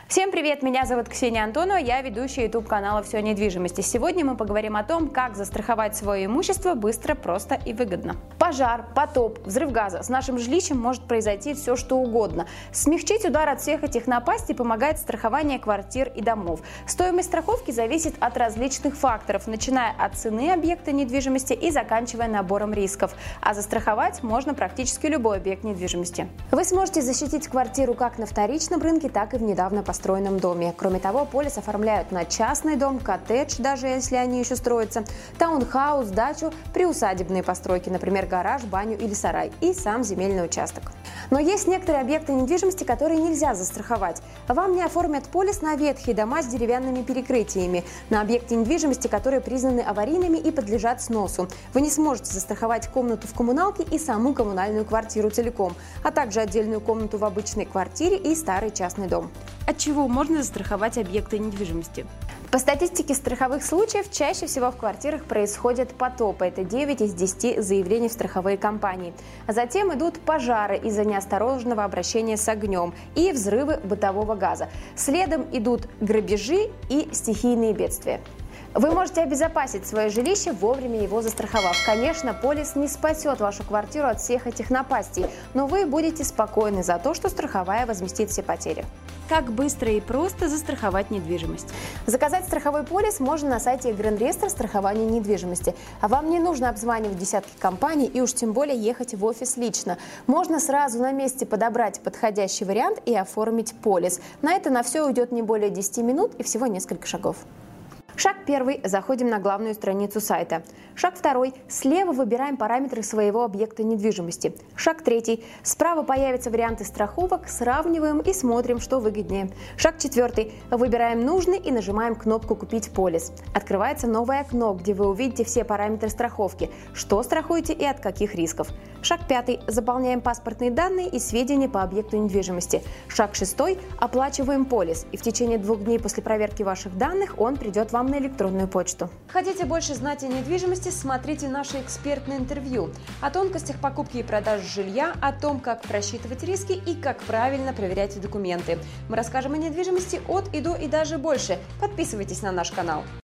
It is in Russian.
Всем привет, меня зовут Ксения Антонова, я ведущая YouTube-канала «Все о недвижимости». Сегодня мы поговорим о том, как застраховать свое имущество быстро, просто и выгодно. Пожар, потоп, взрыв газа. С нашим жилищем может произойти все, что угодно. Смягчить удар от всех этих напастей помогает страхование квартир и домов. Стоимость страховки зависит от различных факторов, начиная от цены объекта недвижимости и заканчивая набором рисков. А застраховать можно практически любой объект недвижимости. Вы сможете защитить квартиру как на вторичном рынке, так и в недавно построенном доме. Кроме того, полис оформляют на частный дом, коттедж, даже если они еще строятся, таунхаус, дачу, приусадебные постройки, например, гараж, баню или сарай, и сам земельный участок. Но есть некоторые объекты недвижимости, которые нельзя застраховать. Вам не оформят полис на ветхие дома с деревянными перекрытиями, на объекты недвижимости, которые признаны аварийными и подлежат сносу. Вы не сможете застраховать комнату в коммуналке и саму коммунальную квартиру целиком, а также отдельную комнату в обычной квартире и старый частный дом. От чего можно застраховать объекты недвижимости? По статистике страховых случаев, чаще всего в квартирах происходят потопы. Это 9 из 10 заявлений в страховые компании. А затем идут пожары из-за неосторожного обращения с огнем и взрывы бытового газа. Следом идут грабежи и стихийные бедствия. Вы можете обезопасить свое жилище, вовремя его застраховав. Конечно, полис не спасет вашу квартиру от всех этих напастей, но вы будете спокойны за то, что страховая возместит все потери. Как быстро и просто застраховать недвижимость? Заказать страховой полис можно на сайте Гранд-Реестра страхования недвижимости. А вам не нужно обзванивать десятки компаний и уж тем более ехать в офис лично. Можно сразу на месте подобрать подходящий вариант и оформить полис. На это на все уйдет не более 10 минут и всего несколько шагов. Шаг 1. Заходим на главную страницу сайта. Шаг 2. Слева выбираем параметры своего объекта недвижимости. Шаг 3. Справа появятся варианты страховок, сравниваем и смотрим, что выгоднее. Шаг 4. Выбираем нужный и нажимаем кнопку «Купить полис». Открывается новое окно, где вы увидите все параметры страховки, что страхуете и от каких рисков. Шаг 5. Заполняем паспортные данные и сведения по объекту недвижимости. Шаг 6. Оплачиваем полис, и в течение 2 дней после проверки ваших данных он придет вам на электронную почту. Хотите больше знать о недвижимости? Смотрите наше экспертное интервью о тонкостях покупки и продажи жилья, о том, как просчитывать риски и как правильно проверять документы. Мы расскажем о недвижимости от и до и даже больше. Подписывайтесь на наш канал.